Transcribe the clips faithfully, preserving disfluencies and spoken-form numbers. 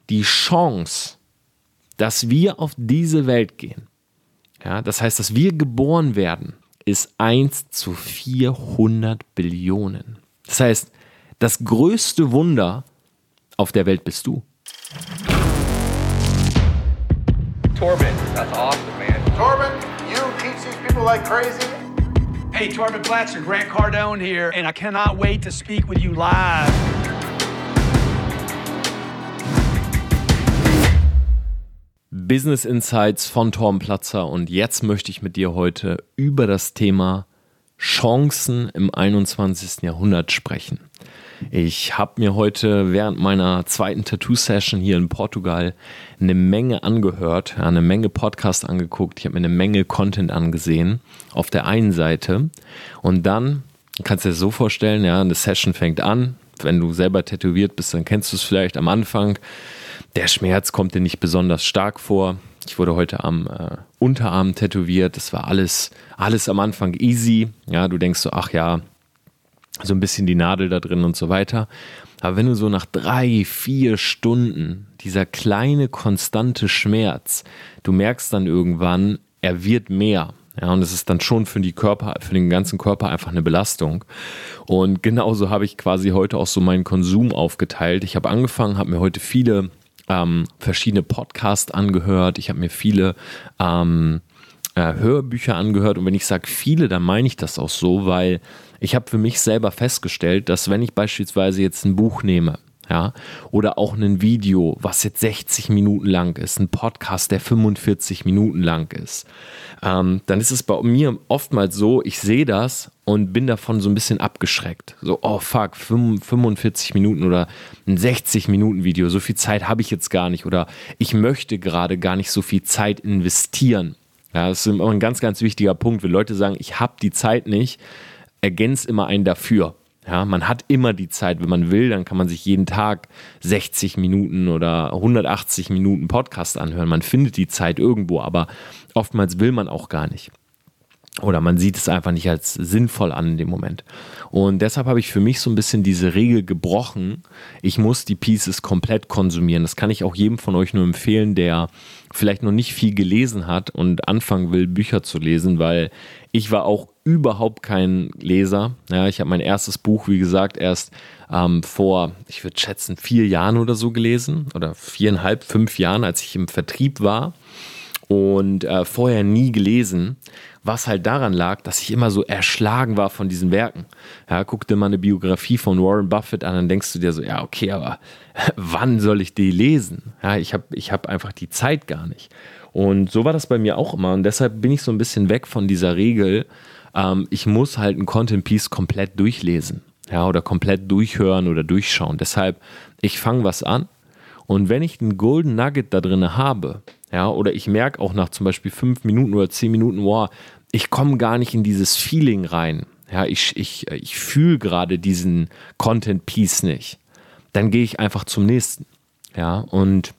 die Chance, dass wir auf diese Welt gehen, ja, das heißt, dass wir geboren werden, ist eins zu vierhundert Billionen. Das heißt, das größte Wunder auf der Welt bist du. Torben, that's awesome, man. Torben, you teach these people like crazy. Hey, Torben Platzer, Grant Cardone here, and I cannot wait to speak with you live. Business Insights von Torben Platzer, und jetzt möchte ich mit dir heute über das Thema Chancen im einundzwanzigsten Jahrhundert sprechen. Ich habe mir heute während meiner zweiten Tattoo-Session hier in Portugal eine Menge angehört, eine Menge Podcast angeguckt, ich habe mir eine Menge Content angesehen auf der einen Seite, und dann kannst du dir das so vorstellen, ja, eine Session fängt an, wenn du selber tätowiert bist, dann kennst du es vielleicht am Anfang. Der Schmerz kommt dir nicht besonders stark vor. Ich wurde heute am äh, Unterarm tätowiert. Das war alles, alles am Anfang easy. Ja, du denkst so, ach ja, so ein bisschen die Nadel da drin und so weiter. Aber wenn du so nach drei, vier Stunden, dieser kleine, konstante Schmerz, du merkst dann irgendwann, er wird mehr. Ja, und es ist dann schon für die Körper, für den ganzen Körper einfach eine Belastung. Und genauso habe ich quasi heute auch so meinen Konsum aufgeteilt. Ich habe angefangen, habe mir heute viele ähm, verschiedene Podcasts angehört. Ich habe mir viele ähm, äh, Hörbücher angehört. Und wenn ich sage viele, dann meine ich das auch so, weil ich habe für mich selber festgestellt, dass wenn ich beispielsweise jetzt ein Buch nehme, ja, oder auch ein Video, was jetzt sechzig Minuten lang ist, ein Podcast, der fünfundvierzig Minuten lang ist, ähm, dann ist es bei mir oftmals so, ich sehe das und bin davon so ein bisschen abgeschreckt. So, oh fuck, fünfundvierzig Minuten oder ein sechzig Minuten Video, so viel Zeit habe ich jetzt gar nicht, oder ich möchte gerade gar nicht so viel Zeit investieren. Ja, das ist immer ein ganz, ganz wichtiger Punkt, wenn Leute sagen, ich habe die Zeit nicht, ergänzt immer einen dafür. Ja, man hat immer die Zeit, wenn man will, dann kann man sich jeden Tag sechzig Minuten oder hundertachtzig Minuten Podcast anhören. Man findet die Zeit irgendwo, aber oftmals will man auch gar nicht. Oder man sieht es einfach nicht als sinnvoll an in dem Moment. Und deshalb habe ich für mich so ein bisschen diese Regel gebrochen. Ich muss die Pieces komplett konsumieren. Das kann ich auch jedem von euch nur empfehlen, der vielleicht noch nicht viel gelesen hat und anfangen will, Bücher zu lesen, weil ich war auch überhaupt kein Leser. Ja, ich habe mein erstes Buch, wie gesagt, erst ähm, vor, ich würde schätzen, vier Jahren oder so gelesen. Oder viereinhalb, fünf Jahren, als ich im Vertrieb war. Und äh, vorher nie gelesen, was halt daran lag, dass ich immer so erschlagen war von diesen Werken. Ja, guck dir mal eine Biografie von Warren Buffett an, dann denkst du dir so, ja okay, aber wann soll ich die lesen? Ja, ich habe ich hab einfach die Zeit gar nicht. Und so war das bei mir auch immer, und deshalb bin ich so ein bisschen weg von dieser Regel, ähm, ich muss halt ein Content-Piece komplett durchlesen, ja, oder komplett durchhören oder durchschauen. Deshalb, ich fange was an, und wenn ich einen Golden Nugget da drin habe, ja, oder ich merke auch nach zum Beispiel fünf Minuten oder zehn Minuten, wow, ich komme gar nicht in dieses Feeling rein. Ja, ich, ich, ich fühle gerade diesen Content-Piece nicht. Dann gehe ich einfach zum nächsten. Ja, und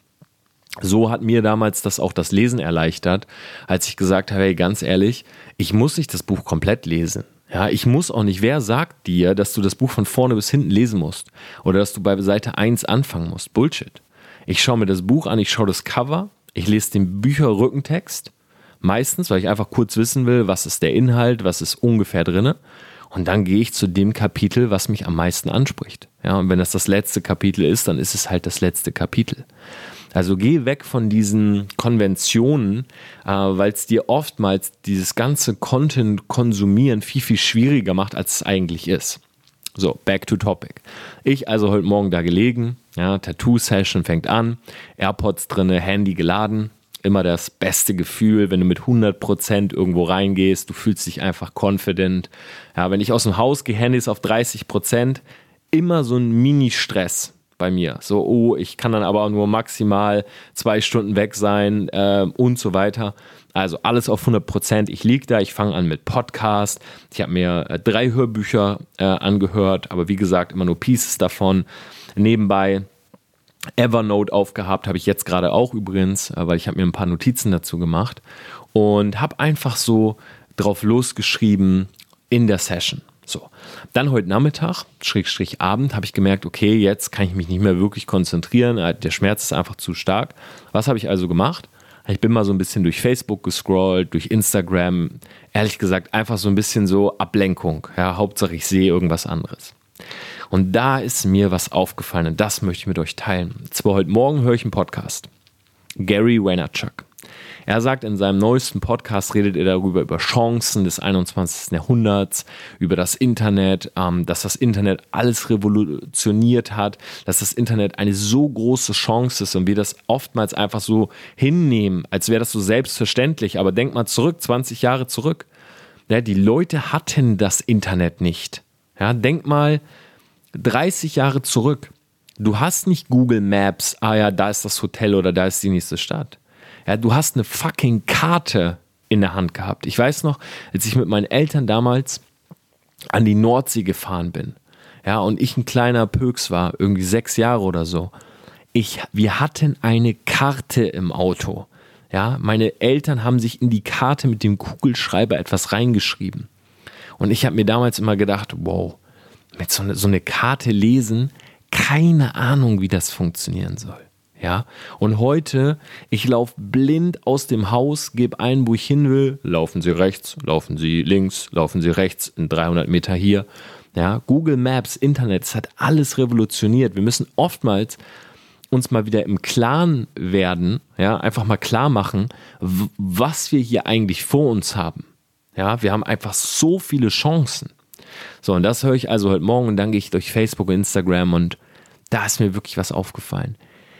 so hat mir damals das auch das Lesen erleichtert, als ich gesagt habe, hey, ganz ehrlich, ich muss nicht das Buch komplett lesen. Ja, ich muss auch nicht. Wer sagt dir, dass du das Buch von vorne bis hinten lesen musst? Oder dass du bei Seite eins anfangen musst? Bullshit. Ich schaue mir das Buch an, ich schaue das Cover, ich lese den Bücherrückentext, meistens, weil ich einfach kurz wissen will, was ist der Inhalt, was ist ungefähr drin. Und dann gehe ich zu dem Kapitel, was mich am meisten anspricht. Ja, und wenn das das letzte Kapitel ist, dann ist es halt das letzte Kapitel. Also geh weg von diesen Konventionen, äh, weil es dir oftmals dieses ganze Content-Konsumieren viel, viel schwieriger macht, als es eigentlich ist. So, back to topic. Ich also heute Morgen da gelegen, ja, Tattoo-Session fängt an, AirPods drinne, Handy geladen. Immer das beste Gefühl, wenn du mit hundert Prozent irgendwo reingehst, du fühlst dich einfach confident. Ja, wenn ich aus dem Haus gehe, Handy ist auf dreißig Prozent, immer so ein Mini-Stress bei mir. So, oh, ich kann dann aber nur maximal zwei Stunden weg sein äh, und so weiter. Also alles auf hundert Prozent. Ich liege da, ich fange an mit Podcast. Ich habe mir äh, drei Hörbücher äh, angehört, aber wie gesagt, immer nur Pieces davon. Nebenbei Evernote aufgehabt, habe ich jetzt gerade auch übrigens, weil ich habe mir ein paar Notizen dazu gemacht und habe einfach so drauf losgeschrieben in der Session. So, dann heute Nachmittag, Schrägstrich Abend, habe ich gemerkt, okay, jetzt kann ich mich nicht mehr wirklich konzentrieren, der Schmerz ist einfach zu stark. Was habe ich also gemacht? Ich bin mal so ein bisschen durch Facebook gescrollt, durch Instagram, ehrlich gesagt einfach so ein bisschen so Ablenkung. Ja, Hauptsache ich sehe irgendwas anderes. Und da ist mir was aufgefallen und das möchte ich mit euch teilen. Und zwar heute Morgen höre ich einen Podcast. Gary Vaynerchuk. Er sagt, in seinem neuesten Podcast redet er darüber, über Chancen des einundzwanzigsten Jahrhunderts, über das Internet, ähm, dass das Internet alles revolutioniert hat, dass das Internet eine so große Chance ist und wir das oftmals einfach so hinnehmen, als wäre das so selbstverständlich. Aber denk mal zurück, zwanzig Jahre zurück. Ja, die Leute hatten das Internet nicht. Ja, denk mal dreißig Jahre zurück. Du hast nicht Google Maps, ah ja, da ist das Hotel oder da ist die nächste Stadt. Ja, du hast eine fucking Karte in der Hand gehabt. Ich weiß noch, als ich mit meinen Eltern damals an die Nordsee gefahren bin, ja, und ich ein kleiner Pöks war, irgendwie sechs Jahre oder so. Ich, wir hatten eine Karte im Auto. Ja, meine Eltern haben sich in die Karte mit dem Kugelschreiber etwas reingeschrieben. Und ich habe mir damals immer gedacht, wow, mit so eine, so eine Karte lesen, keine Ahnung, wie das funktionieren soll. Ja, und heute, ich laufe blind aus dem Haus, gebe ein, wo ich hin will, laufen Sie rechts, laufen Sie links, laufen Sie rechts, in dreihundert Meter hier. Ja, Google Maps, Internet, das hat alles revolutioniert. Wir müssen oftmals uns mal wieder im Klaren werden, ja, einfach mal klar machen, w- was wir hier eigentlich vor uns haben. Ja, wir haben einfach so viele Chancen. So, und das höre ich also heute Morgen und dann gehe ich durch Facebook und Instagram und da ist mir wirklich was aufgefallen.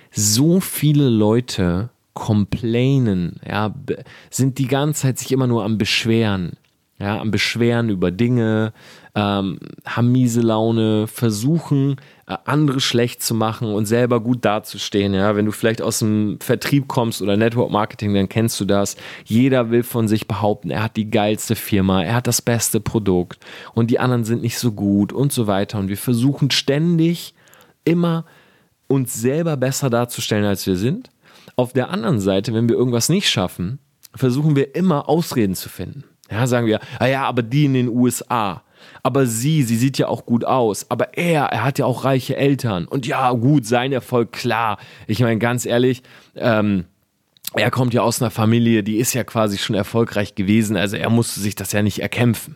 So viele Leute complainen, ja, sind die ganze Zeit sich immer nur am Beschweren, ja, am Beschweren über Dinge, ähm, haben miese Laune, versuchen, äh, andere schlecht zu machen und selber gut dazustehen. Ja, wenn du vielleicht aus dem Vertrieb kommst oder Network Marketing, dann kennst du das. Jeder will von sich behaupten, er hat die geilste Firma, er hat das beste Produkt und die anderen sind nicht so gut und so weiter. Und wir versuchen ständig immer uns selber besser darzustellen, als wir sind. Auf der anderen Seite, wenn wir irgendwas nicht schaffen, versuchen wir immer Ausreden zu finden. Ja, sagen wir, ah ja, aber die in den U S A, aber sie, sie sieht ja auch gut aus, aber er, er hat ja auch reiche Eltern und ja, gut, sein Erfolg, klar. Ich meine, ganz ehrlich, ähm, er kommt ja aus einer Familie, die ist ja quasi schon erfolgreich gewesen, also er musste sich das ja nicht erkämpfen.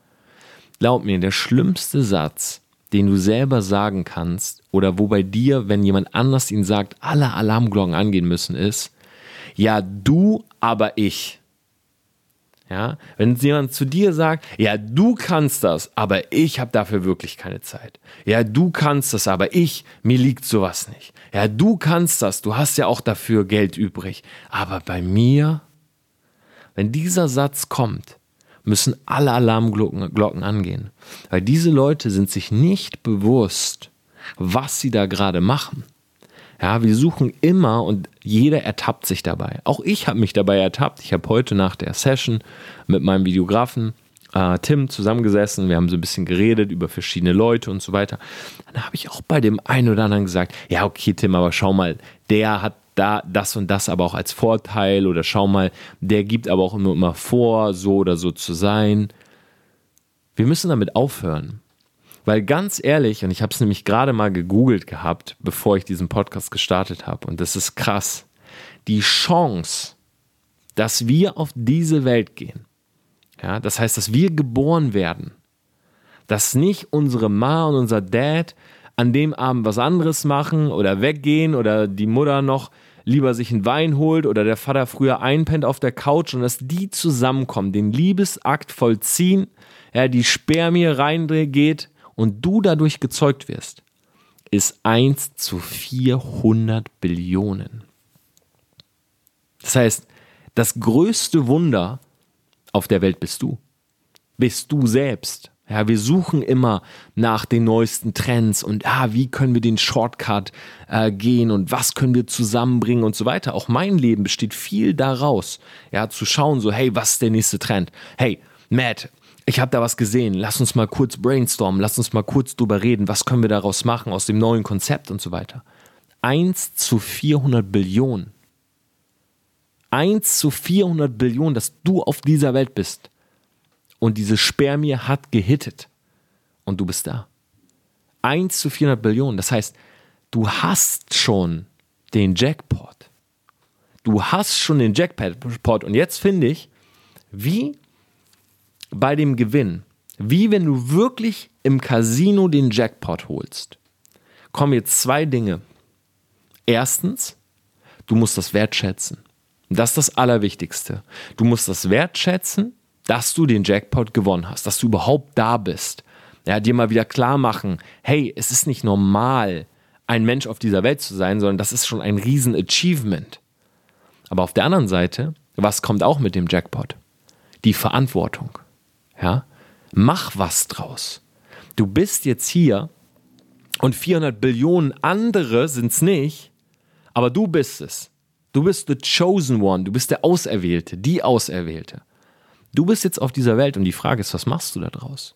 Glaub mir, der schlimmste Satz, den du selber sagen kannst oder wo bei dir, wenn jemand anders ihn sagt, alle Alarmglocken angehen müssen, ist, ja, du, aber ich. Ja, wenn jemand zu dir sagt, ja, du kannst das, aber ich habe dafür wirklich keine Zeit. Ja, du kannst das, aber ich, mir liegt sowas nicht. Ja, du kannst das, du hast ja auch dafür Geld übrig. Aber bei mir, wenn dieser Satz kommt, müssen alle Alarmglocken Glocken angehen. Weil diese Leute sind sich nicht bewusst, was sie da gerade machen. Ja, wir suchen immer und jeder ertappt sich dabei. Auch ich habe mich dabei ertappt. Ich habe heute nach der Session mit meinem Videografen äh, Tim zusammengesessen. Wir haben so ein bisschen geredet über verschiedene Leute und so weiter. Dann habe ich auch bei dem einen oder anderen gesagt, ja okay Tim, aber schau mal, der hat da das und das aber auch als Vorteil oder schau mal, der gibt aber auch nur immer vor, so oder so zu sein. Wir müssen damit aufhören. Weil ganz ehrlich, und ich habe es nämlich gerade mal gegoogelt gehabt, bevor ich diesen Podcast gestartet habe, und das ist krass, die Chance, dass wir auf diese Welt gehen, ja, das heißt, dass wir geboren werden, dass nicht unsere Ma und unser Dad an dem Abend was anderes machen oder weggehen oder die Mutter noch lieber sich einen Wein holt oder der Vater früher einpennt auf der Couch und dass die zusammenkommen, den Liebesakt vollziehen, ja, die Spermie reingeht und du dadurch gezeugt wirst, ist eins zu vierhundert Billionen. Das heißt, das größte Wunder auf der Welt bist du. Bist du selbst. Ja, wir suchen immer nach den neuesten Trends und ah, wie können wir den Shortcut äh, gehen und was können wir zusammenbringen und so weiter. Auch mein Leben besteht viel daraus, ja, zu schauen so, hey, was ist der nächste Trend? Hey, Matt, ich habe da was gesehen, lass uns mal kurz brainstormen, lass uns mal kurz drüber reden, was können wir daraus machen aus dem neuen Konzept und so weiter. eins zu vierhundert Billionen. eins zu vierhundert Billionen, dass du auf dieser Welt bist. Und diese Spermie hat gehittet. und du bist da. eins zu vierhundert Billionen. Das heißt, du hast schon den Jackpot. Du hast schon den Jackpot. Und jetzt finde ich, wie bei dem Gewinn, wie wenn du wirklich im Casino den Jackpot holst, kommen jetzt zwei Dinge. Erstens, du musst das wertschätzen. Das ist das Allerwichtigste. Du musst das wertschätzen, dass du den Jackpot gewonnen hast, dass du überhaupt da bist. Ja, dir mal wieder klar machen, hey, es ist nicht normal, ein Mensch auf dieser Welt zu sein, sondern das ist schon ein Riesen-Achievement. Aber auf der anderen Seite, was kommt auch mit dem Jackpot? Die Verantwortung. Ja? Mach was draus. Du bist jetzt hier und vierhundert Billionen andere sind es nicht, aber du bist es. Du bist the chosen one, du bist der Auserwählte, die Auserwählte. Du bist jetzt auf dieser Welt und die Frage ist, was machst du da draus?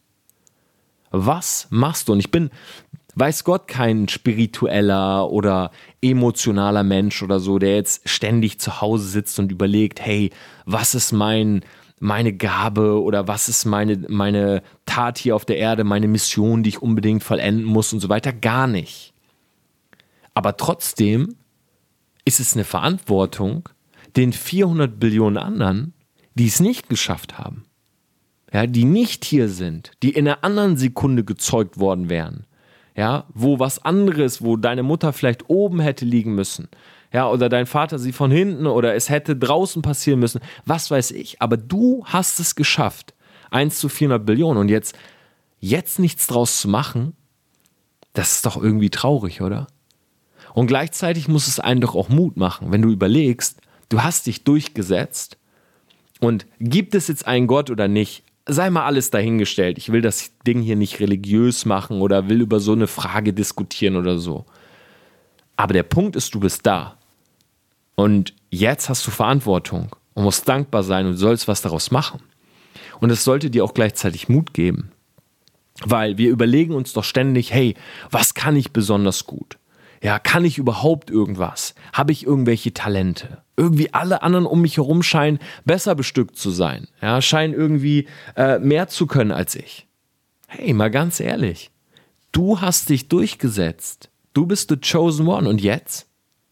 Was machst du? Und ich bin, weiß Gott, kein spiritueller oder emotionaler Mensch oder so, der jetzt ständig zu Hause sitzt und überlegt, hey, was ist mein, meine Gabe oder was ist meine, meine Tat hier auf der Erde, meine Mission, die ich unbedingt vollenden muss und so weiter. Gar nicht. Aber trotzdem ist es eine Verantwortung den vierhundert Billionen anderen, die es nicht geschafft haben. Ja, die nicht hier sind, die in einer anderen Sekunde gezeugt worden wären, ja, wo was anderes, wo deine Mutter vielleicht oben hätte liegen müssen, ja, oder dein Vater sie von hinten oder es hätte draußen passieren müssen, was weiß ich, aber du hast es geschafft, eins zu vierhundert Billionen und jetzt, jetzt nichts draus zu machen, das ist doch irgendwie traurig, oder? Und gleichzeitig muss es einen doch auch Mut machen, wenn du überlegst, du hast dich durchgesetzt und gibt es jetzt einen Gott oder nicht, sei mal alles dahingestellt. Ich will das Ding hier nicht religiös machen oder will über so eine Frage diskutieren oder so. Aber der Punkt ist, du bist da. Und jetzt hast du Verantwortung und musst dankbar sein und sollst was daraus machen. Und es sollte dir auch gleichzeitig Mut geben. Weil wir überlegen uns doch ständig, hey, was kann ich besonders gut? Ja, kann ich überhaupt irgendwas? Habe ich irgendwelche Talente? Irgendwie alle anderen um mich herum scheinen besser bestückt zu sein. Ja, scheinen irgendwie äh, mehr zu können als ich. Hey, mal ganz ehrlich. Du hast dich durchgesetzt. Du bist the chosen one. Und jetzt?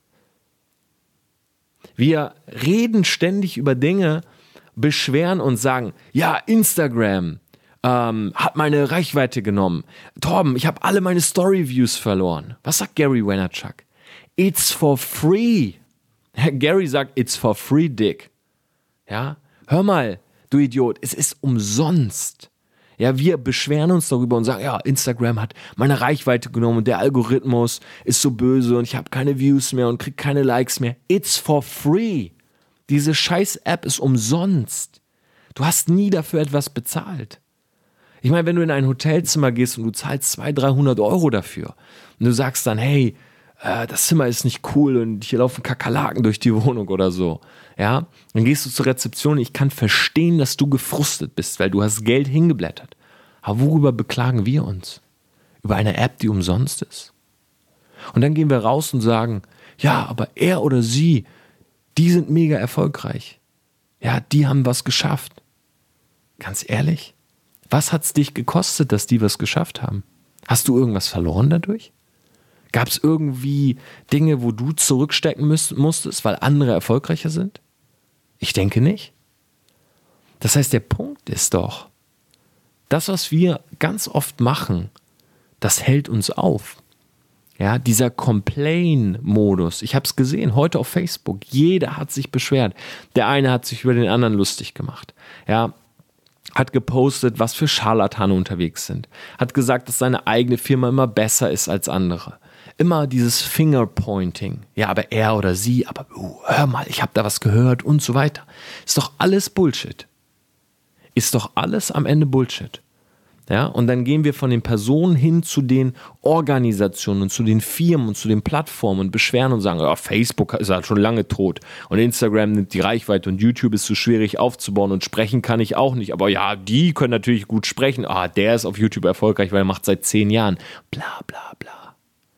Wir reden ständig über Dinge, beschweren und sagen, ja, Instagram ähm, hat meine Reichweite genommen. Torben, ich habe alle meine Story-Views verloren. Was sagt Gary Vaynerchuk? It's for free. Gary sagt, it's for free, Dick. Ja, hör mal, du Idiot, es ist umsonst. Ja, wir beschweren uns darüber und sagen, ja, Instagram hat meine Reichweite genommen und der Algorithmus ist so böse und ich habe keine Views mehr und krieg keine Likes mehr. It's for free. Diese scheiß App ist umsonst. Du hast nie dafür etwas bezahlt. Ich meine, wenn du in ein Hotelzimmer gehst und du zahlst zweihundert, dreihundert Euro dafür und du sagst dann, hey, äh, das Zimmer ist nicht cool und hier laufen Kakerlaken durch die Wohnung oder so, ja, dann gehst du zur Rezeption. Ich kann verstehen, dass du gefrustet bist, weil du hast Geld hingeblättert. Aber worüber beklagen wir uns? Über eine App, die umsonst ist? Und dann gehen wir raus und sagen, ja, aber er oder sie, die sind mega erfolgreich. Ja, die haben was geschafft. Ganz ehrlich, was hat es dich gekostet, dass die was geschafft haben? Hast du irgendwas verloren dadurch? Gab es irgendwie Dinge, wo du zurückstecken müß, musstest, weil andere erfolgreicher sind? Ich denke nicht. Das heißt, der Punkt ist doch, das, was wir ganz oft machen, das hält uns auf. Ja, dieser Complain-Modus. Ich habe es gesehen, heute auf Facebook. Jeder hat sich beschwert. Der eine hat sich über den anderen lustig gemacht. Ja, hat gepostet, was für Scharlatane unterwegs sind. Hat gesagt, dass seine eigene Firma immer besser ist als andere. Immer dieses Fingerpointing. Ja, aber er oder sie, aber uh, hör mal, ich habe da was gehört und so weiter. Ist doch alles Bullshit. Ist doch alles am Ende Bullshit. Ja, und dann gehen wir von den Personen hin zu den Organisationen und zu den Firmen und zu den Plattformen und beschweren und sagen, ja, Facebook ist halt schon lange tot und Instagram nimmt die Reichweite und YouTube ist so schwierig aufzubauen und sprechen kann ich auch nicht. Aber ja, die können natürlich gut sprechen. Ah, der ist auf YouTube erfolgreich, weil er macht seit zehn Jahren. Bla, bla, bla.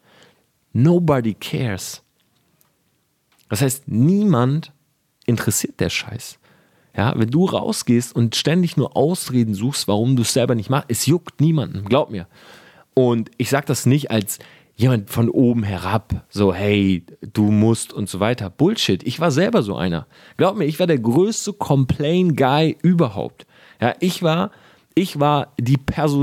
Nobody cares. Das heißt, niemand interessiert der Scheiß. Ja, wenn du rausgehst und ständig nur Ausreden suchst, warum du es selber nicht machst, es juckt niemanden, glaub mir. Und ich sage das nicht als jemand von oben herab, so hey, du musst und so weiter. Bullshit, ich war selber so einer. Glaub mir, ich war der größte Complain-Guy überhaupt. Ja, ich war, ich war die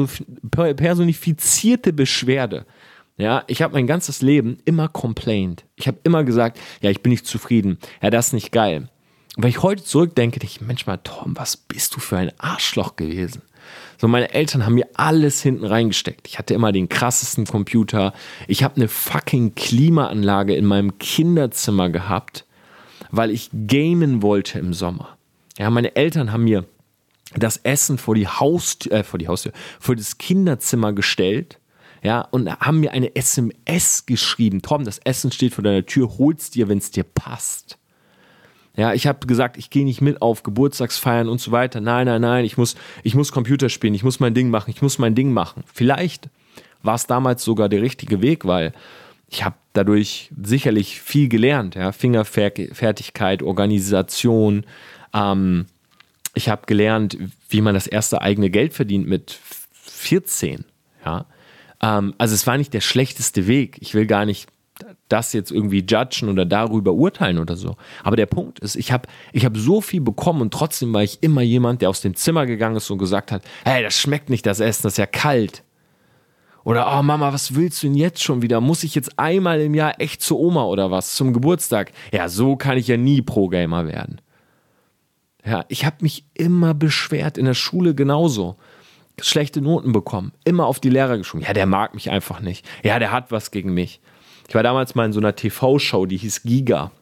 personifizierte Beschwerde. Ja, ich habe mein ganzes Leben immer complained. Ich habe immer gesagt, ja, ich bin nicht zufrieden. Ja, das ist nicht geil. Und wenn ich heute zurückdenke, denke ich, Mensch mal, Tom, was bist du für ein Arschloch gewesen? So, meine Eltern haben mir alles hinten reingesteckt. Ich hatte immer den krassesten Computer. Ich habe eine fucking Klimaanlage in meinem Kinderzimmer gehabt, weil ich gamen wollte im Sommer. Ja, meine Eltern haben mir das Essen vor die Haustür, äh, vor die Haustür, vor das Kinderzimmer gestellt. Ja, und haben mir eine S M S geschrieben. Tom, das Essen steht vor deiner Tür, hol's dir, wenn es dir passt. Ja, ich habe gesagt, ich gehe nicht mit auf Geburtstagsfeiern und so weiter. Nein, nein, nein, ich muss, ich muss Computer spielen, ich muss mein Ding machen, ich muss mein Ding machen. Vielleicht war es damals sogar der richtige Weg, weil ich habe dadurch sicherlich viel gelernt. Ja? Fingerfertigkeit, Organisation. Ähm, ich habe gelernt, wie man das erste eigene Geld verdient mit vierzehn. Ja? Ähm, also es war nicht der schlechteste Weg. Ich will gar nicht das jetzt irgendwie judgen oder darüber urteilen oder so. Aber der Punkt ist, ich habe ich hab so viel bekommen und trotzdem war ich immer jemand, der aus dem Zimmer gegangen ist und gesagt hat, hey, das schmeckt nicht, das Essen, das ist ja kalt. Oder, oh Mama, was willst du denn jetzt schon wieder? Muss ich jetzt einmal im Jahr echt zur Oma oder was, zum Geburtstag? Ja, so kann ich ja nie Pro-Gamer werden. Ja, ich habe mich immer beschwert, in der Schule genauso. Schlechte Noten bekommen, immer auf die Lehrer geschoben. Ja, der mag mich einfach nicht. Ja, der hat was gegen mich. Ich war damals mal in so einer T V-Show, die hieß Giga.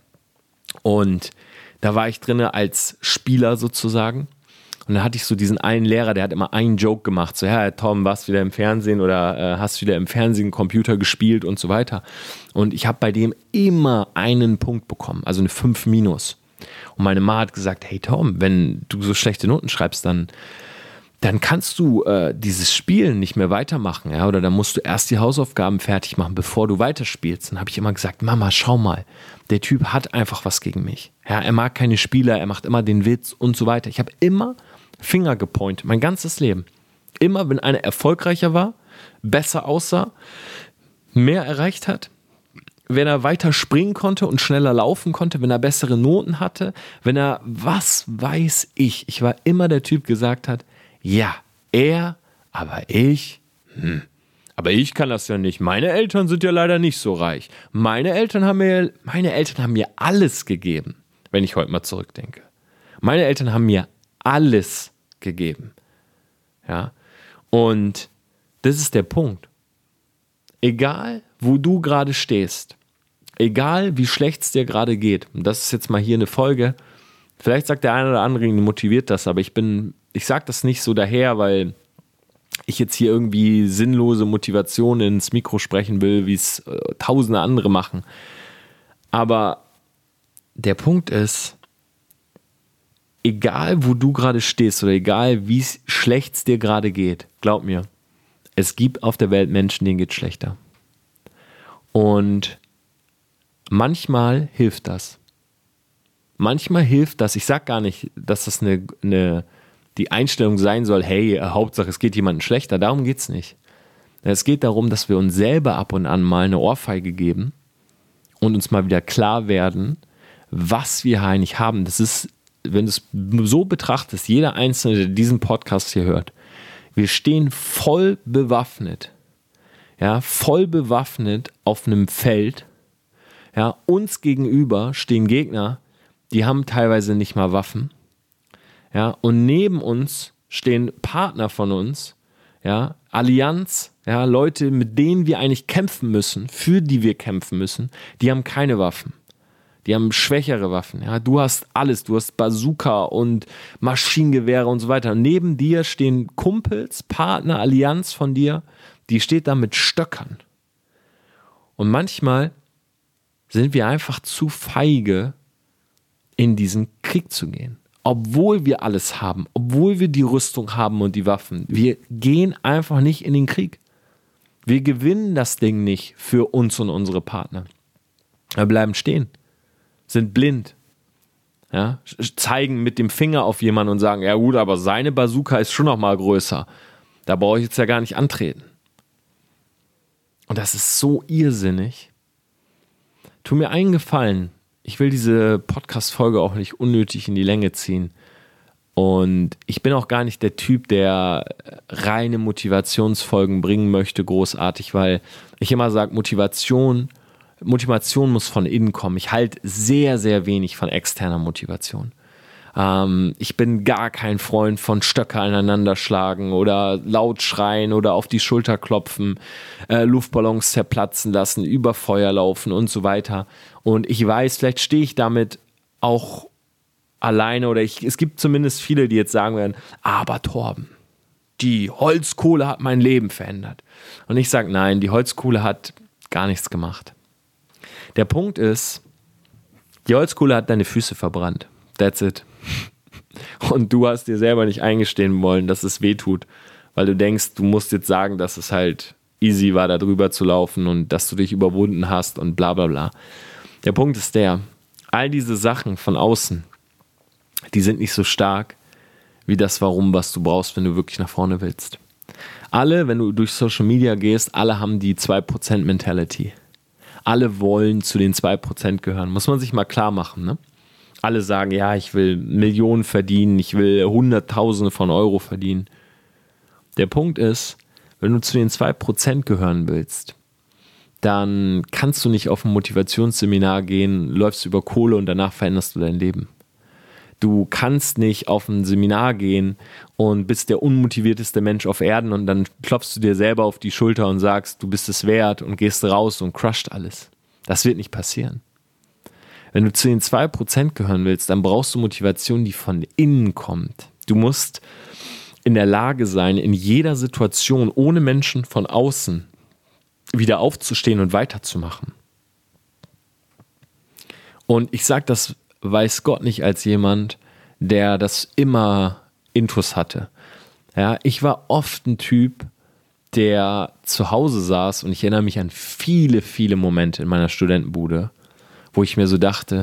Und da war ich drin als Spieler sozusagen. Und dann hatte ich so diesen einen Lehrer, der hat immer einen Joke gemacht. So, ja, Tom, warst wieder im Fernsehen oder äh, hast wieder im Fernsehen Computer gespielt und so weiter. Und ich habe bei dem immer einen Punkt bekommen, also eine fünf minus. Und meine Ma hat gesagt, hey Tom, wenn du so schlechte Noten schreibst, dann... dann kannst du äh, dieses Spielen nicht mehr weitermachen, ja, oder dann musst du erst die Hausaufgaben fertig machen, bevor du weiterspielst. Dann habe ich immer gesagt, Mama, schau mal, der Typ hat einfach was gegen mich. Ja, er mag keine Spieler, er macht immer den Witz und so weiter. Ich habe immer Finger gepointet, mein ganzes Leben. Immer, wenn einer erfolgreicher war, besser aussah, mehr erreicht hat, wenn er weiter springen konnte und schneller laufen konnte, wenn er bessere Noten hatte, wenn er, was weiß ich, ich war immer der Typ, gesagt hat, ja, er, aber ich, hm. aber ich kann das ja nicht. Meine Eltern sind ja leider nicht so reich. Meine Eltern haben mir, meine Eltern haben mir alles gegeben, wenn ich heute mal zurückdenke. Meine Eltern haben mir alles gegeben. Ja, und das ist der Punkt. Egal, wo du gerade stehst, egal, wie schlecht es dir gerade geht, und das ist jetzt mal hier eine Folge, vielleicht sagt der eine oder andere, motiviert das, aber ich bin, ich sage das nicht so daher, weil ich jetzt hier irgendwie sinnlose Motivation ins Mikro sprechen will, wie es äh, tausende andere machen. Aber der Punkt ist, egal wo du gerade stehst oder egal wie schlecht es dir gerade geht, glaub mir, es gibt auf der Welt Menschen, denen geht es schlechter. Und manchmal hilft das. Manchmal hilft das, ich sag gar nicht, dass das eine, eine die Einstellung sein soll, hey, Hauptsache es geht jemandem schlechter, darum geht es nicht. Es geht darum, dass wir uns selber ab und an mal eine Ohrfeige geben und uns mal wieder klar werden, was wir eigentlich haben. Das ist, wenn du es so betrachtest, jeder Einzelne, der diesen Podcast hier hört, wir stehen voll bewaffnet, ja, voll bewaffnet auf einem Feld, ja, uns gegenüber stehen Gegner, die haben teilweise nicht mal Waffen. Ja, und neben uns stehen Partner von uns, ja, Allianz, ja, Leute, mit denen wir eigentlich kämpfen müssen, für die wir kämpfen müssen, die haben keine Waffen. Die haben schwächere Waffen. Ja. Du hast alles, du hast Bazooka und Maschinengewehre und so weiter. Und neben dir stehen Kumpels, Partner, Allianz von dir, die steht da mit Stöckern. Und manchmal sind wir einfach zu feige, in diesen Krieg zu gehen. Obwohl wir alles haben, obwohl wir die Rüstung haben und die Waffen. Wir gehen einfach nicht in den Krieg. Wir gewinnen das Ding nicht für uns und unsere Partner. Wir bleiben stehen, sind blind, Ja, zeigen mit dem Finger auf jemanden und sagen, ja gut, aber seine Bazooka ist schon noch mal größer. Da brauche ich jetzt ja gar nicht antreten. Und das ist so irrsinnig. Tu mir einen Gefallen. Ich will diese Podcast-Folge auch nicht unnötig in die Länge ziehen. Und ich bin auch gar nicht der Typ, der reine Motivationsfolgen bringen möchte, großartig, weil ich immer sage, Motivation, Motivation muss von innen kommen. Ich halte sehr, sehr wenig von externer Motivation. Ähm, ich bin gar kein Freund von Stöcke aneinander schlagen oder laut schreien oder auf die Schulter klopfen, äh, Luftballons zerplatzen lassen, über Feuer laufen und so weiter. Und ich weiß, vielleicht stehe ich damit auch alleine oder ich, es gibt zumindest viele, die jetzt sagen werden, aber Torben, die Holzkohle hat mein Leben verändert. Und ich sage, nein, die Holzkohle hat gar nichts gemacht. Der Punkt ist, die Holzkohle hat deine Füße verbrannt. That's it. Und du hast dir selber nicht eingestehen wollen, dass es weh tut, weil du denkst, du musst jetzt sagen, dass es halt easy war, da drüber zu laufen und dass du dich überwunden hast und bla bla bla. Der Punkt ist der, all diese Sachen von außen, die sind nicht so stark wie das Warum, was du brauchst, wenn du wirklich nach vorne willst. Alle, wenn du durch Social Media gehst, alle haben die zwei Prozent Mentality. Alle wollen zu den zwei Prozent gehören. Muss man sich mal klar machen, ne? Alle sagen, ja, ich will Millionen verdienen, ich will Hunderttausende von Euro verdienen. Der Punkt ist, wenn du zu den zwei Prozent gehören willst, dann kannst du nicht auf ein Motivationsseminar gehen, läufst über Kohle und danach veränderst du dein Leben. Du kannst nicht auf ein Seminar gehen und bist der unmotivierteste Mensch auf Erden und dann klopfst du dir selber auf die Schulter und sagst, du bist es wert und gehst raus und crusht alles. Das wird nicht passieren. Wenn du zu den zwei Prozent gehören willst, dann brauchst du Motivation, die von innen kommt. Du musst in der Lage sein, in jeder Situation ohne Menschen von außen wieder aufzustehen und weiterzumachen. Und ich sage das, weiß Gott, nicht als jemand, der das immer intus hatte. Ja, ich war oft ein Typ, der zu Hause saß und ich erinnere mich an viele, viele Momente in meiner Studentenbude, wo ich mir so dachte,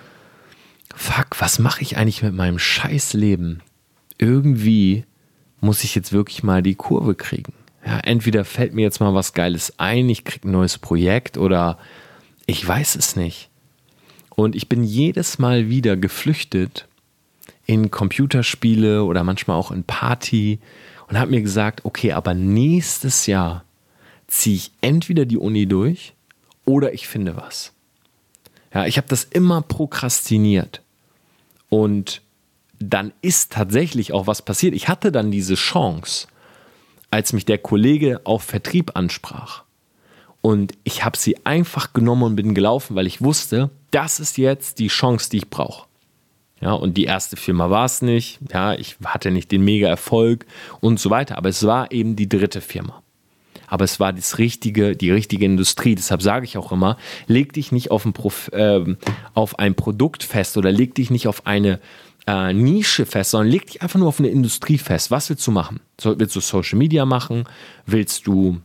fuck, was mache ich eigentlich mit meinem scheiß Leben? Irgendwie muss ich jetzt wirklich mal die Kurve kriegen. Ja, entweder fällt mir jetzt mal was Geiles ein, ich kriege ein neues Projekt oder ich weiß es nicht. Und ich bin jedes Mal wieder geflüchtet in Computerspiele oder manchmal auch in Party und habe mir gesagt, okay, aber nächstes Jahr ziehe ich entweder die Uni durch oder ich finde was. Ja, ich habe das immer prokrastiniert und dann ist tatsächlich auch was passiert. Ich hatte dann diese Chance, als mich der Kollege auf Vertrieb ansprach und ich habe sie einfach genommen und bin gelaufen, weil ich wusste, das ist jetzt die Chance, die ich brauche. Ja, und die erste Firma war es nicht, ja, ich hatte nicht den Mega-Erfolg und so weiter, aber es war eben die dritte Firma. Aber es war das richtige, die richtige Industrie. Deshalb sage ich auch immer, leg dich nicht auf ein, Prof, äh, auf ein Produkt fest oder leg dich nicht auf eine äh, Nische fest, sondern leg dich einfach nur auf eine Industrie fest. Was willst du machen? So, willst du Social Media machen? Willst du,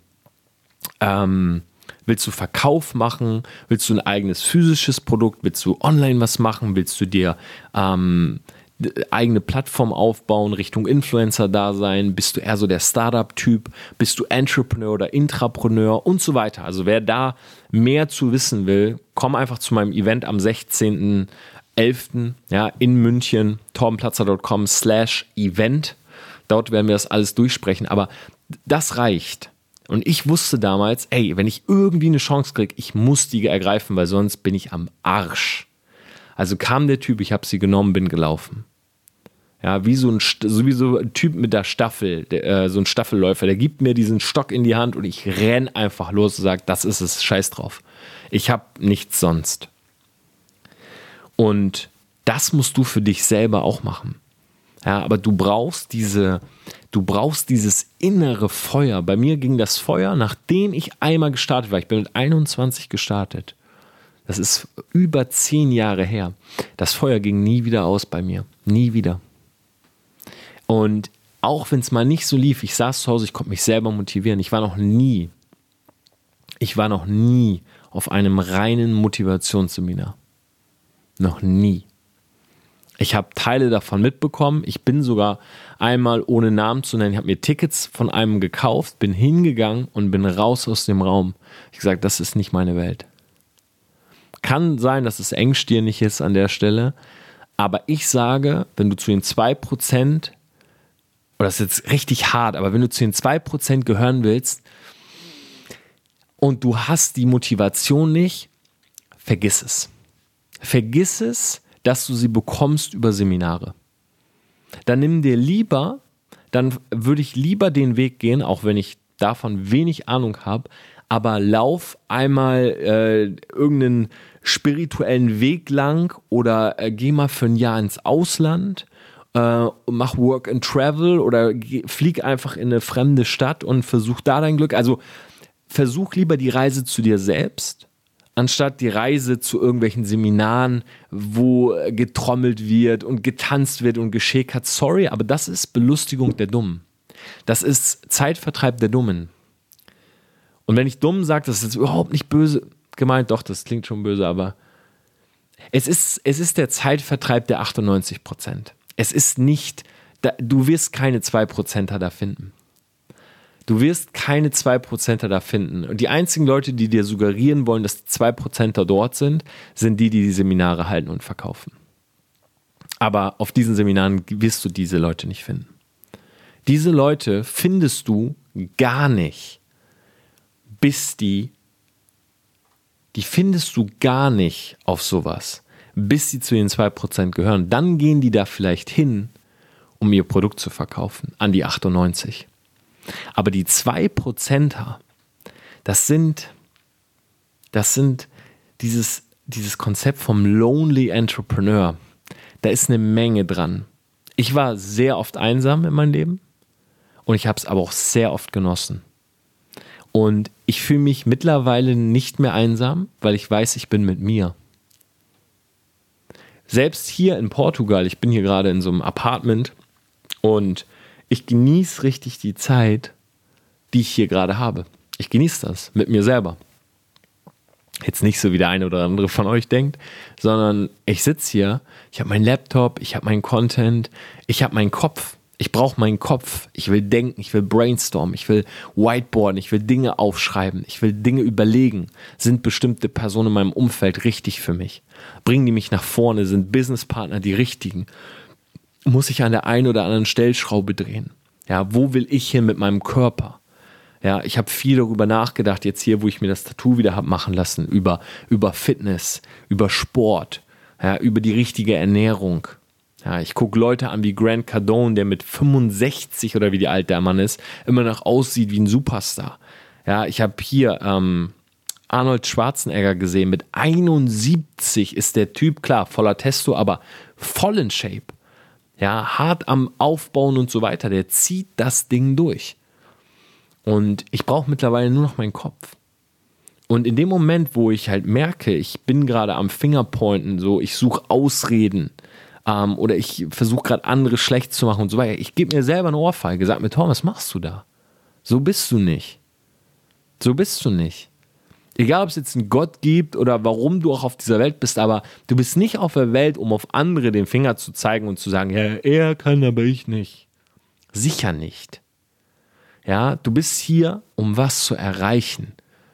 ähm, willst du Verkauf machen? Willst du ein eigenes physisches Produkt? Willst du online was machen? Willst du dir ähm, eigene Plattform aufbauen, Richtung Influencer-Dasein? Bist du eher so der Startup-Typ? Bist du Entrepreneur oder Intrapreneur und so weiter? Also wer da mehr zu wissen will, komm einfach zu meinem Event am sechzehnten elften Ja, in München, torbenplatzer.com slash event. Dort werden wir das alles durchsprechen, aber das reicht. Und ich wusste damals, ey, wenn ich irgendwie eine Chance kriege, ich muss die ergreifen, weil sonst bin ich am Arsch. Also kam der Typ, ich habe sie genommen, bin gelaufen. Ja, wie so ein, sowieso ein Typ mit der Staffel, der, äh, so ein Staffelläufer, der gibt mir diesen Stock in die Hand und ich renn einfach los und sage, das ist es, scheiß drauf. Ich habe nichts sonst. Und das musst du für dich selber auch machen. Ja, aber du brauchst diese, du brauchst dieses innere Feuer. Bei mir ging das Feuer, nachdem ich einmal gestartet war. Ich bin mit einundzwanzig gestartet. Das ist über zehn Jahre her. Das Feuer ging nie wieder aus bei mir. Nie wieder. Und auch wenn es mal nicht so lief, ich saß zu Hause, ich konnte mich selber motivieren. Ich war noch nie, ich war noch nie auf einem reinen Motivationsseminar. Noch nie. Ich habe Teile davon mitbekommen. Ich bin sogar einmal, ohne Namen zu nennen, ich habe mir Tickets von einem gekauft, bin hingegangen und bin raus aus dem Raum. Ich habe gesagt, das ist nicht meine Welt. Kann sein, dass es engstirnig ist an der Stelle, aber ich sage, wenn du zu den zwei Prozent, oder das ist jetzt richtig hart, aber wenn du zu den zwei Prozent gehören willst und du hast die Motivation nicht, vergiss es. Vergiss es, dass du sie bekommst über Seminare. Dann nimm dir lieber, dann würde ich lieber den Weg gehen, auch wenn ich davon wenig Ahnung habe, aber lauf einmal äh, irgendeinen spirituellen Weg lang oder äh, geh mal für ein Jahr ins Ausland, äh, mach Work and Travel oder geh, flieg einfach in eine fremde Stadt und versuch da dein Glück. Also versuch lieber die Reise zu dir selbst, anstatt die Reise zu irgendwelchen Seminaren, wo getrommelt wird und getanzt wird und geschäkert. Sorry, aber das ist Belustigung der Dummen. Das ist Zeitvertreib der Dummen. Und wenn ich dumm sage, das ist überhaupt nicht böse gemeint, doch, das klingt schon böse, aber es ist, es ist der Zeitvertreib der achtundneunzig Prozent. Es ist nicht, du wirst keine zwei Prozenter da finden. Du wirst keine zwei Prozenter da finden. Und die einzigen Leute, die dir suggerieren wollen, dass die zwei Prozenter dort sind, sind die, die die Seminare halten und verkaufen. Aber auf diesen Seminaren wirst du diese Leute nicht finden. Diese Leute findest du gar nicht, bis die, die findest du gar nicht auf sowas, bis sie zu den zwei Prozent gehören. Dann gehen die da vielleicht hin, um ihr Produkt zu verkaufen, an die achtundneunzig. Aber die zwei Prozenter, das sind, das sind dieses, dieses Konzept vom Lonely Entrepreneur. Da ist eine Menge dran. Ich war sehr oft einsam in meinem Leben und ich habe es aber auch sehr oft genossen. Und ich fühle mich mittlerweile nicht mehr einsam, weil ich weiß, ich bin mit mir. Selbst hier in Portugal, ich bin hier gerade in so einem Apartment und ich genieße richtig die Zeit, die ich hier gerade habe. Ich genieße das mit mir selber. Jetzt nicht so, wie der eine oder andere von euch denkt, sondern ich sitze hier, ich habe meinen Laptop, ich habe meinen Content, ich habe meinen Kopf. Ich brauche meinen Kopf. Ich will denken, ich will brainstormen, ich will whiteboarden, ich will Dinge aufschreiben, ich will Dinge überlegen. Sind bestimmte Personen in meinem Umfeld richtig für mich? Bringen die mich nach vorne? Sind Businesspartner die richtigen? Muss ich an der einen oder anderen Stellschraube drehen? Ja, wo will ich hin mit meinem Körper? Ja, ich habe viel darüber nachgedacht, jetzt hier, wo ich mir das Tattoo wieder habe machen lassen, über, über Fitness, über Sport, ja, über die richtige Ernährung. Ja, ich gucke Leute an wie Grant Cardone, der mit fünfundsechzig oder wie die alt der Mann ist, immer noch aussieht wie ein Superstar. Ja, ich habe hier ähm, Arnold Schwarzenegger gesehen, mit einundsiebzig ist der Typ, klar, voller Testo, aber voll in Shape. Ja, hart am Aufbauen und so weiter. Der zieht das Ding durch. Und ich brauche mittlerweile nur noch meinen Kopf. Und in dem Moment, wo ich halt merke, ich bin gerade am Fingerpointen, so ich suche Ausreden ähm, oder ich versuche gerade andere schlecht zu machen und so weiter, ich gebe mir selber eine Ohrfeige, sag mir, Tom, was machst du da? So bist du nicht. So bist du nicht. Egal, ob es jetzt einen Gott gibt oder warum du auch auf dieser Welt bist, aber du bist nicht auf der Welt, um auf andere den Finger zu zeigen und zu sagen, ja, er kann, aber ich nicht. Sicher nicht. Ja, du bist hier, um was zu erreichen.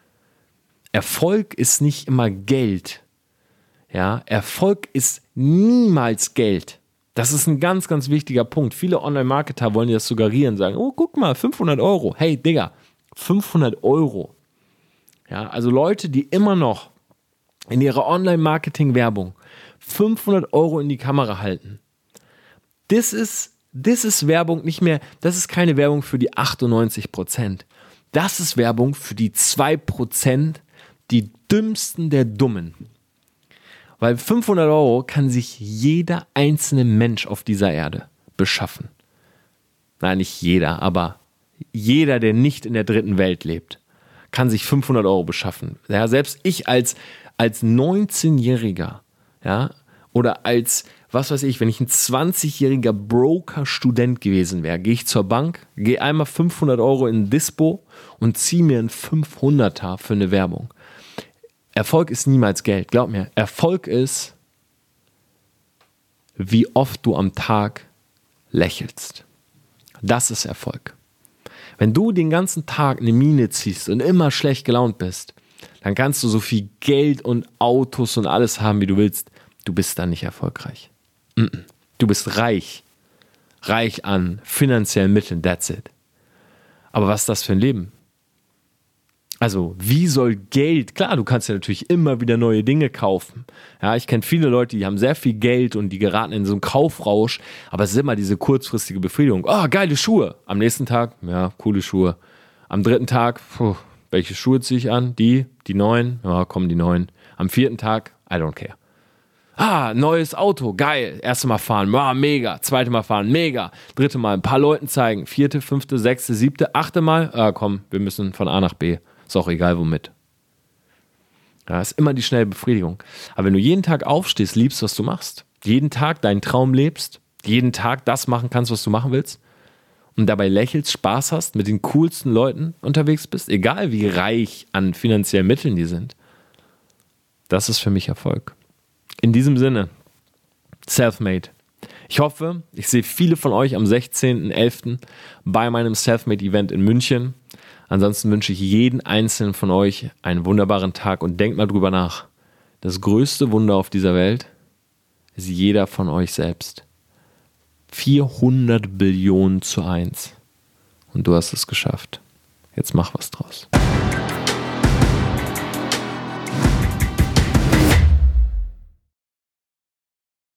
Erfolg ist nicht immer Geld. Ja, Erfolg ist niemals Geld. Das ist ein ganz, ganz wichtiger Punkt. Viele Online-Marketer wollen dir das suggerieren, sagen, oh, guck mal, fünfhundert Euro. Hey, Digga, fünfhundert Euro. Ja, also Leute, die immer noch in ihrer Online-Marketing-Werbung fünfhundert Euro in die Kamera halten. Das ist, das ist Werbung nicht mehr, das ist keine Werbung für die achtundneunzig Prozent. Das ist Werbung für die zwei Prozent, die dümmsten der Dummen. Weil fünfhundert Euro kann sich jeder einzelne Mensch auf dieser Erde beschaffen. Nein, nicht jeder, aber jeder, der nicht in der dritten Welt lebt, kann sich fünfhundert Euro beschaffen. Ja, selbst ich als, als neunzehnjähriger, ja, oder als, was weiß ich, wenn ich ein zwanzigjähriger Broker-Student gewesen wäre, gehe ich zur Bank, gehe einmal fünfhundert Euro in ein Dispo und ziehe mir einen fünfhunderter für eine Werbung. Erfolg ist niemals Geld, glaub mir. Erfolg ist wie oft du am Tag lächelst. Das ist Erfolg. Wenn du den ganzen Tag eine Miene ziehst und immer schlecht gelaunt bist, dann kannst du so viel Geld und Autos und alles haben, wie du willst. Du bist dann nicht erfolgreich. Du bist reich. Reich an finanziellen Mitteln, that's it. Aber was ist das für ein Leben? Also, wie soll Geld, klar, du kannst ja natürlich immer wieder neue Dinge kaufen. Ja, ich kenne viele Leute, die haben sehr viel Geld und die geraten in so einen Kaufrausch, aber es ist immer diese kurzfristige Befriedigung. Oh, geile Schuhe. Am nächsten Tag, ja, coole Schuhe. Am dritten Tag, puh, welche Schuhe ziehe ich an? Die, die neuen? Ja, kommen die neuen. Am vierten Tag, I don't care. Ah, neues Auto, geil. Erste Mal fahren, wow, mega. Zweite Mal fahren, mega. Dritte Mal ein paar Leuten zeigen. Vierte, fünfte, sechste, siebte, achte Mal. Ah, komm, wir müssen von A nach B. Ist auch egal womit. Ja, ist immer die schnelle Befriedigung. Aber wenn du jeden Tag aufstehst, liebst, was du machst, jeden Tag deinen Traum lebst, jeden Tag das machen kannst, was du machen willst und dabei lächelst, Spaß hast, mit den coolsten Leuten unterwegs bist, egal wie reich an finanziellen Mitteln die sind, das ist für mich Erfolg. In diesem Sinne, Selfmade. Ich hoffe, ich sehe viele von euch am sechzehnten elften bei meinem Selfmade-Event in München. Ansonsten wünsche ich jeden einzelnen von euch einen wunderbaren Tag und denkt mal drüber nach. Das größte Wunder auf dieser Welt ist jeder von euch selbst. vierhundert Billionen zu eins. Und du hast es geschafft. Jetzt mach was draus.